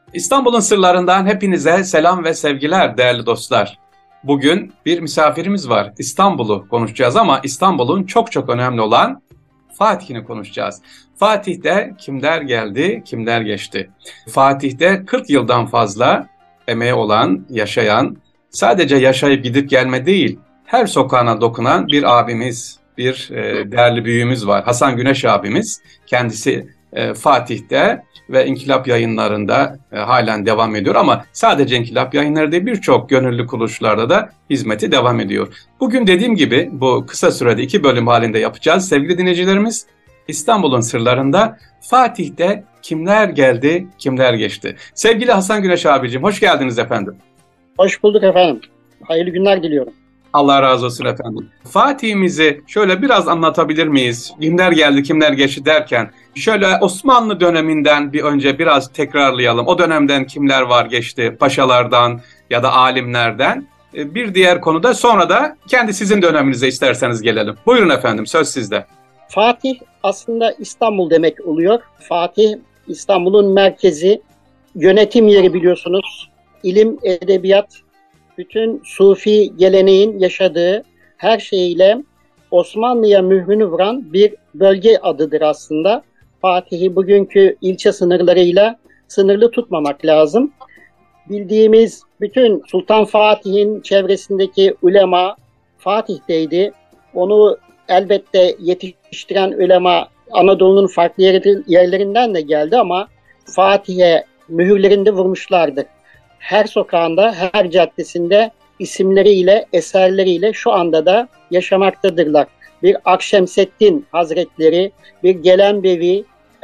İstanbul'un sırlarından hepinize selam ve sevgiler değerli dostlar. Bugün bir misafirimiz var. İstanbul'u konuşacağız ama İstanbul'un çok çok önemli olan Fatih'ini konuşacağız. Fatih'te kimler geldi, kimler geçti? Fatih'te 40 yıldan fazla emeği olan, yaşayan, sadece yaşayıp gidip gelme değil, her sokağına dokunan bir abimiz, bir değerli büyüğümüz var. Hasan Güneş abimiz, kendisi Fatih'te ve İnkılap Yayınları'nda halen devam ediyor ama sadece İnkılap Yayınları değil birçok gönüllü kuruluşlarda da hizmeti devam ediyor. Bugün dediğim gibi bu kısa sürede 2 bölüm halinde yapacağız. Sevgili dinleyicilerimiz, İstanbul'un sırlarında Fatih'te kimler geldi, kimler geçti? Sevgili Hasan Güneş abicim, hoş geldiniz efendim. Hoş bulduk efendim. Hayırlı günler diliyorum. Allah razı olsun efendim. Fatih'imizi şöyle biraz anlatabilir miyiz? Kimler geldi, kimler geçti derken şöyle Osmanlı döneminden bir önce biraz tekrarlayalım. O dönemden kimler var geçti? Paşalardan ya da alimlerden. Bir diğer konuda sonra da kendi sizin döneminize isterseniz gelelim. Buyurun efendim, söz sizde. Fatih aslında İstanbul demek oluyor. Fatih İstanbul'un merkezi, yönetim yeri biliyorsunuz. İlim, edebiyat, bütün Sufi geleneğin yaşadığı her şeyiyle Osmanlı'ya mührünü vuran bir bölge adıdır aslında. Fatih'i bugünkü ilçe sınırlarıyla sınırlı tutmamak lazım. Bildiğimiz bütün Sultan Fatih'in çevresindeki ulema Fatih'teydi. Onu elbette yetiştiren ulema Anadolu'nun farklı yerlerinden de geldi ama Fatih'e mühürlerinde vurmuşlardı. Her sokağında, her caddesinde isimleriyle, eserleriyle şu anda da yaşamaktadırlar. Bir Akşemseddin Hazretleri, bir Gelenbevi,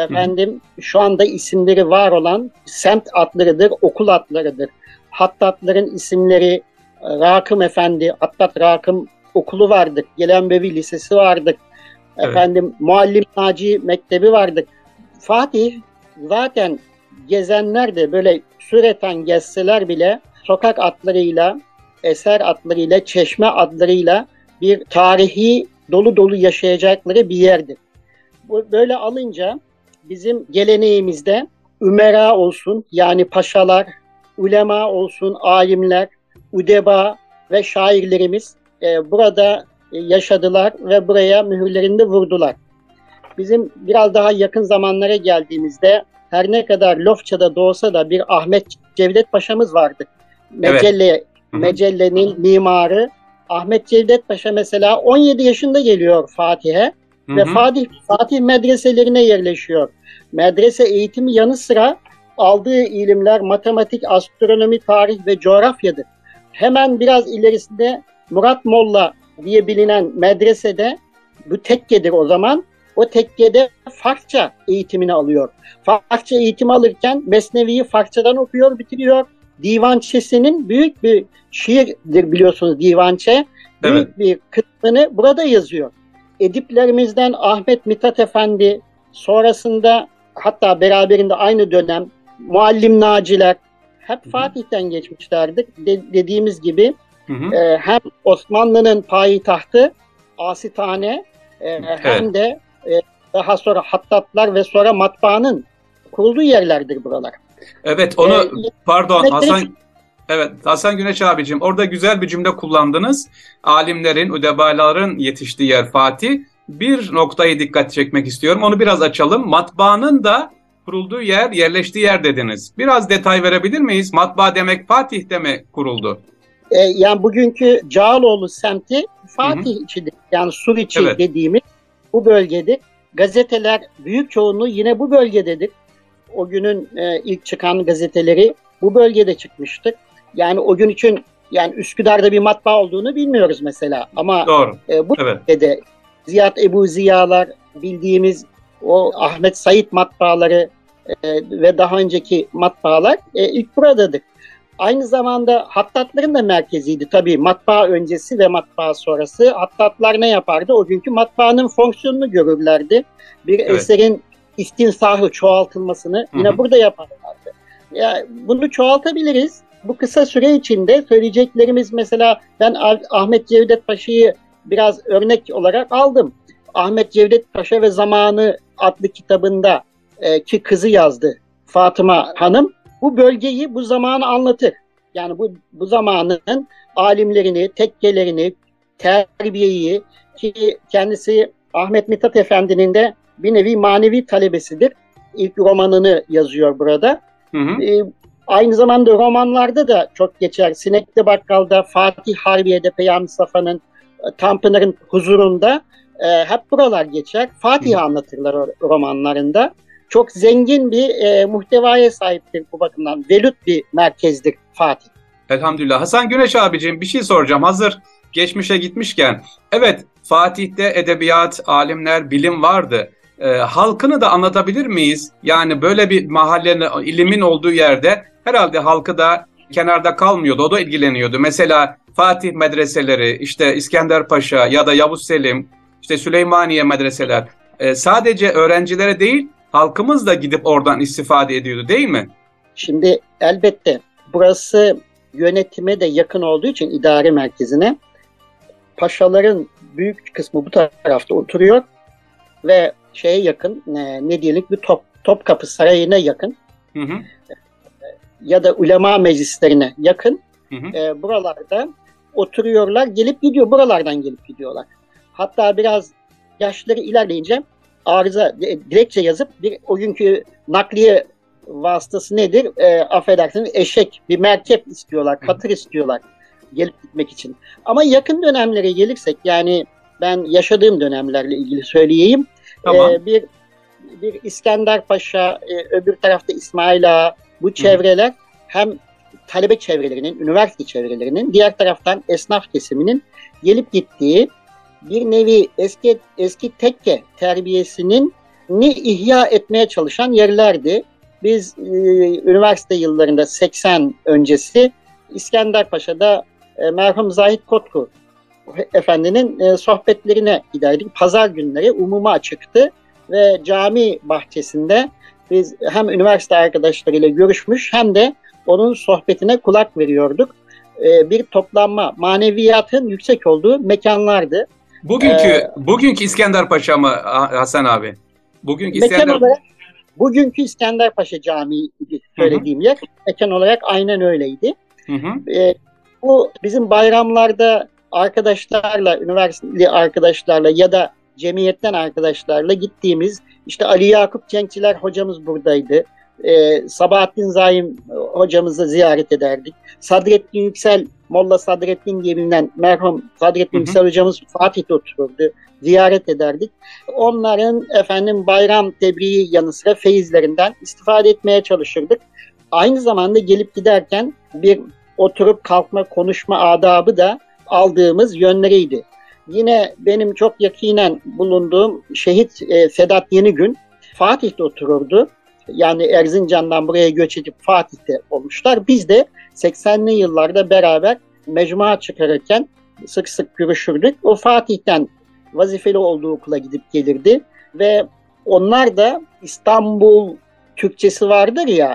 şu anda isimleri var olan semt adlarıdır, okul adlarıdır. Hattatların isimleri Rakım Efendi, Hattat Rakım okulu vardır. Gelenbevi Lisesi vardır. Evet. Muallim Naci Mektebi vardır. Fatih zaten gezenler de böyle süreten gezseler bile sokak adlarıyla, eser adlarıyla, çeşme adlarıyla bir tarihi dolu dolu yaşayacakları bir yerdir. Böyle alınca bizim geleneğimizde ümera olsun yani paşalar, ulema olsun alimler, udeba ve şairlerimiz burada yaşadılar ve buraya mühürlerini de vurdular. Bizim biraz daha yakın zamanlara geldiğimizde her ne kadar Lofça'da doğsa da bir Ahmet Cevdet Paşa'mız vardı. Evet. Mecelle'nin mimarı Ahmet Cevdet Paşa mesela 17 yaşında geliyor Fatih'e ve Fatih medreselerine yerleşiyor. Medrese eğitimi yanı sıra aldığı ilimler matematik, astronomi, tarih ve coğrafyadır. Hemen biraz ilerisinde Murat Molla diye bilinen medresede, bu tekkedir o zaman, o tekkede Farsça eğitimini alıyor. Farsça eğitimi alırken Mesnevi'yi Farsçadan okuyor, bitiriyor. Divançesinin büyük bir şiirdir biliyorsunuz Divançe. Büyük bir kısmını burada yazıyor. Ediplerimizden Ahmet Mithat Efendi, sonrasında hatta beraberinde aynı dönem Muallim Naciler hep Fatih'ten geçmişlerdir. Dediğimiz gibi hem Osmanlı'nın payitahtı Asitane hem de daha sonra hattatlar ve sonra matbaanın kurulduğu yerlerdir buralar. Evet, onu pardon Hasan Güneş abicim, orada güzel bir cümle kullandınız. Alimlerin, udebaların yetiştiği yer Fatih. Bir noktayı dikkat çekmek istiyorum. Onu biraz açalım. Matbaanın da kurulduğu yer, yerleştiği yer dediniz. Biraz detay verebilir miyiz? Matbaa demek Fatih'te mi kuruldu? Yani bugünkü Cağaloğlu semti Fatih içidir. Yani Suriçi dediğimiz bu bölgedir. Gazeteler büyük çoğunluğu yine bu bölgededir. O günün ilk çıkan gazeteleri bu bölgede çıkmıştır. Yani o gün için yani Üsküdar'da bir matbaa olduğunu bilmiyoruz mesela. Ama bu bölgede Ziyad Ebu Ziya'lar, bildiğimiz o Ahmet Said matbaaları ve daha önceki matbaalar ilk buradadır. Aynı zamanda hattatların da merkeziydi. Tabii matbaa öncesi ve matbaa sonrası hattatlar ne yapardı? O günkü matbaanın fonksiyonunu görürlerdi. Bir eserin istinsahı, çoğaltılmasını yine burada yaparlardı. Ya, bunu çoğaltabiliriz. Bu kısa süre içinde söyleyeceklerimiz, mesela ben Ahmet Cevdet Paşa'yı biraz örnek olarak aldım. Ahmet Cevdet Paşa ve Zamanı adlı kitabında ki kızı yazdı Fatıma Hanım. bu bölgeyi, bu zamanı anlatır. Yani bu zamanın alimlerini, tekkelerini, terbiyeyi, ki kendisi Ahmet Mithat Efendi'nin de bir nevi manevi talebesidir. İlk romanını yazıyor burada. Hı hı. Aynı zamanda romanlarda da çok geçer. Sinekli Bakkal'da, Fatih Harbiye'de, Peyami Safa'nın, Tanpınar'ın huzurunda hep buralar geçer. Fatih'i anlatırlar o romanlarında. Çok zengin bir muhtevaya sahiptir bu bakımdan. Velut bir merkezdir Fatih. Elhamdülillah. Hasan Güneş abicim, bir şey soracağım. Hazır geçmişe gitmişken. Evet, Fatih'te edebiyat, alimler, bilim vardı. Halkını da anlatabilir miyiz? Yani böyle bir mahallenin, ilimin olduğu yerde herhalde halkı da kenarda kalmıyordu. O da ilgileniyordu. Mesela Fatih medreseleri, işte İskender Paşa ya da Yavuz Selim, işte Süleymaniye medreseler. Sadece öğrencilere değil, halkımız da gidip oradan istifade ediyordu, değil mi? Şimdi elbette burası yönetime de yakın olduğu için, idare merkezine, paşaların büyük kısmı bu tarafta oturuyor ve şeye yakın, ne diyelim, bir Topkapı Sarayı'na yakın, Hı hı. ya da ulema meclislerine yakın, Hı hı. buralarda oturuyorlar, gelip gidiyor, buralardan gelip gidiyorlar. Hatta biraz yaşları ilerleyince arıza, dilekçe yazıp, o günkü nakliye vasıtası nedir? Affedersiniz, eşek, bir merkep istiyorlar, katır istiyorlar gelip gitmek için. Ama yakın dönemlere gelirsek, yani ben yaşadığım dönemlerle ilgili söyleyeyim. Tamam. Bir İskender Paşa, öbür tarafta İsmail Ağa, bu çevreler hem talebe çevrelerinin, üniversite çevrelerinin, diğer taraftan esnaf kesiminin gelip gittiği bir nevi eski tekke terbiyesinin ihya etmeye çalışan yerlerdi. Biz üniversite yıllarında 80 öncesi İskenderpaşa'da merhum Zahit Kotku Efendi'nin sohbetlerine giderdik. Pazar günleri umuma açıktı ve cami bahçesinde biz hem üniversite arkadaşlarıyla görüşmüş hem de onun sohbetine kulak veriyorduk. Bir toplanma, maneviyatın yüksek olduğu mekanlardı. Bugünkü İskender Paşa mı Hasan abi? Mekan olarak bugünkü İskenderpaşa Camii söylediğim yer, mekan olarak aynen öyleydi. Hı hı. Bu bizim bayramlarda arkadaşlarla, üniversiteli arkadaşlarla ya da cemiyetten arkadaşlarla gittiğimiz, işte Ali Yakup Cenkçiler hocamız buradaydı. Sabahattin Zaim hocamızı ziyaret ederdik. Sadrettin Yüksel, Molla Sadrettin diye bilinen merhum Sadrettin Yüksel hocamız Fatih'te otururdu. Ziyaret ederdik. Onların bayram tebriği yanı sıra feyizlerinden istifade etmeye çalışırdık. Aynı zamanda gelip giderken bir oturup kalkma, konuşma adabı da aldığımız yönleriydi. Yine benim çok yakinen bulunduğum şehit Sedat Yenigün Fatih'te otururdu. Yani Erzincan'dan buraya göç edip Fatih'te olmuşlar. Biz de 80'li yıllarda beraber mecmua çıkarırken sık sık görüşürdük. O Fatih'ten vazifeli olduğu okula gidip gelirdi ve onlar da İstanbul Türkçesi vardır ya,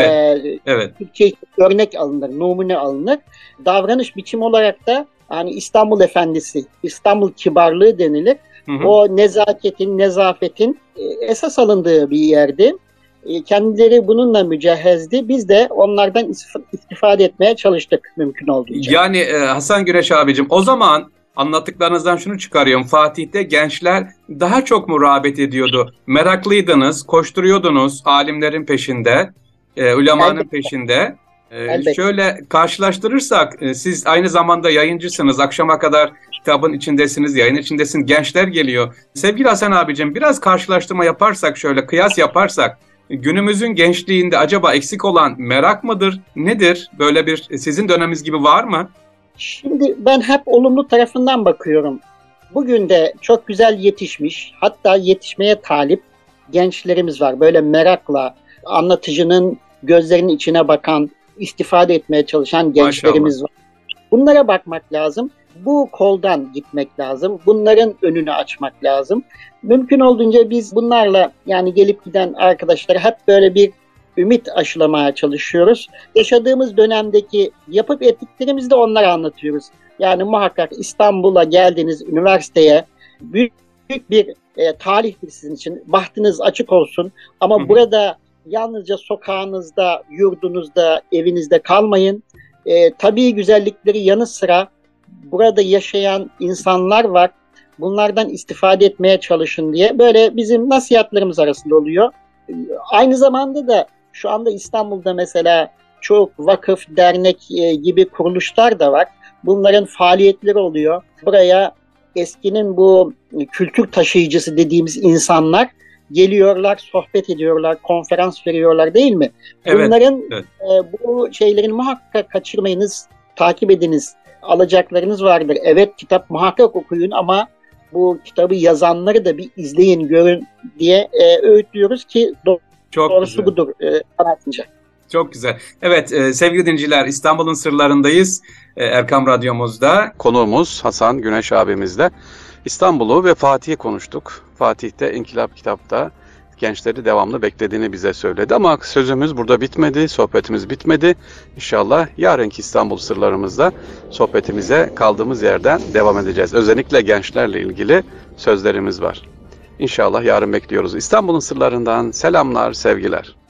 evet. Türkçe örnek alınır, numune alınır. Davranış biçimi olarak da hani İstanbul Efendisi, İstanbul kibarlığı denilir. O nezaketin, nezafetin esas alındığı bir yerdi. Kendileri bununla mücehhezdi. Biz de onlardan istifade etmeye çalıştık mümkün olduğunca. Yani Hasan Güneş abicim, o zaman anlattıklarınızdan şunu çıkarıyorum. Fatih'te gençler daha çok mu rağbet ediyordu? Meraklıydınız, koşturuyordunuz alimlerin peşinde, ulemanın peşinde. Şöyle karşılaştırırsak, siz aynı zamanda yayıncısınız. Akşama kadar kitabın içindesiniz, yayın içindesiniz. Gençler geliyor. Sevgili Hasan abicim, biraz karşılaştırma yaparsak, şöyle kıyas yaparsak, günümüzün gençliğinde acaba eksik olan merak mıdır? Nedir? Böyle bir sizin döneminiz gibi var mı? Şimdi ben hep olumlu tarafından bakıyorum. Bugün de çok güzel yetişmiş, hatta yetişmeye talip gençlerimiz var. Böyle merakla, anlatıcının gözlerinin içine bakan, istifade etmeye çalışan gençlerimiz var. Bunlara bakmak lazım. Bu koldan gitmek lazım. Bunların önünü açmak lazım. Mümkün olduğunca biz bunlarla, yani gelip giden arkadaşlara hep böyle bir ümit aşılamaya çalışıyoruz. Yaşadığımız dönemdeki yapıp ettiklerimizi de onlara anlatıyoruz. Yani muhakkak İstanbul'a geldiniz, üniversiteye, büyük bir talihtir sizin için. Bahtınız açık olsun. Ama burada yalnızca sokağınızda, yurdunuzda, evinizde kalmayın. Tabii güzellikleri yanı sıra burada yaşayan insanlar var. Bunlardan istifade etmeye çalışın diye böyle bizim nasihatlerimiz arasında oluyor. Aynı zamanda da şu anda İstanbul'da mesela çok vakıf, dernek gibi kuruluşlar da var. Bunların faaliyetleri oluyor. Buraya eskinin bu kültür taşıyıcısı dediğimiz insanlar geliyorlar, sohbet ediyorlar, konferans veriyorlar değil mi? Evet, Bunların evet. bu şeylerin muhakkak kaçırmayınız, takip ediniz. Alacaklarınız vardır. Evet, kitap muhakkak okuyun ama bu kitabı yazanları da bir izleyin, görün diye öğütlüyoruz ki Çok doğrusu güzel. budur kanaatimce. Çok güzel. Evet, sevgili dinleyiciler, İstanbul'un sırlarındayız. Erkam Radyomuzda konuğumuz Hasan Güneş abimizle İstanbul'u ve Fatih'i konuştuk. Fatih'te İnkılap kitapta gençleri devamlı beklediğini bize söyledi. Ama sözümüz burada bitmedi, sohbetimiz bitmedi. İnşallah yarınki İstanbul sırlarımızda sohbetimize kaldığımız yerden devam edeceğiz. Özellikle gençlerle ilgili sözlerimiz var. İnşallah yarın bekliyoruz. İstanbul'un sırlarından selamlar, sevgiler.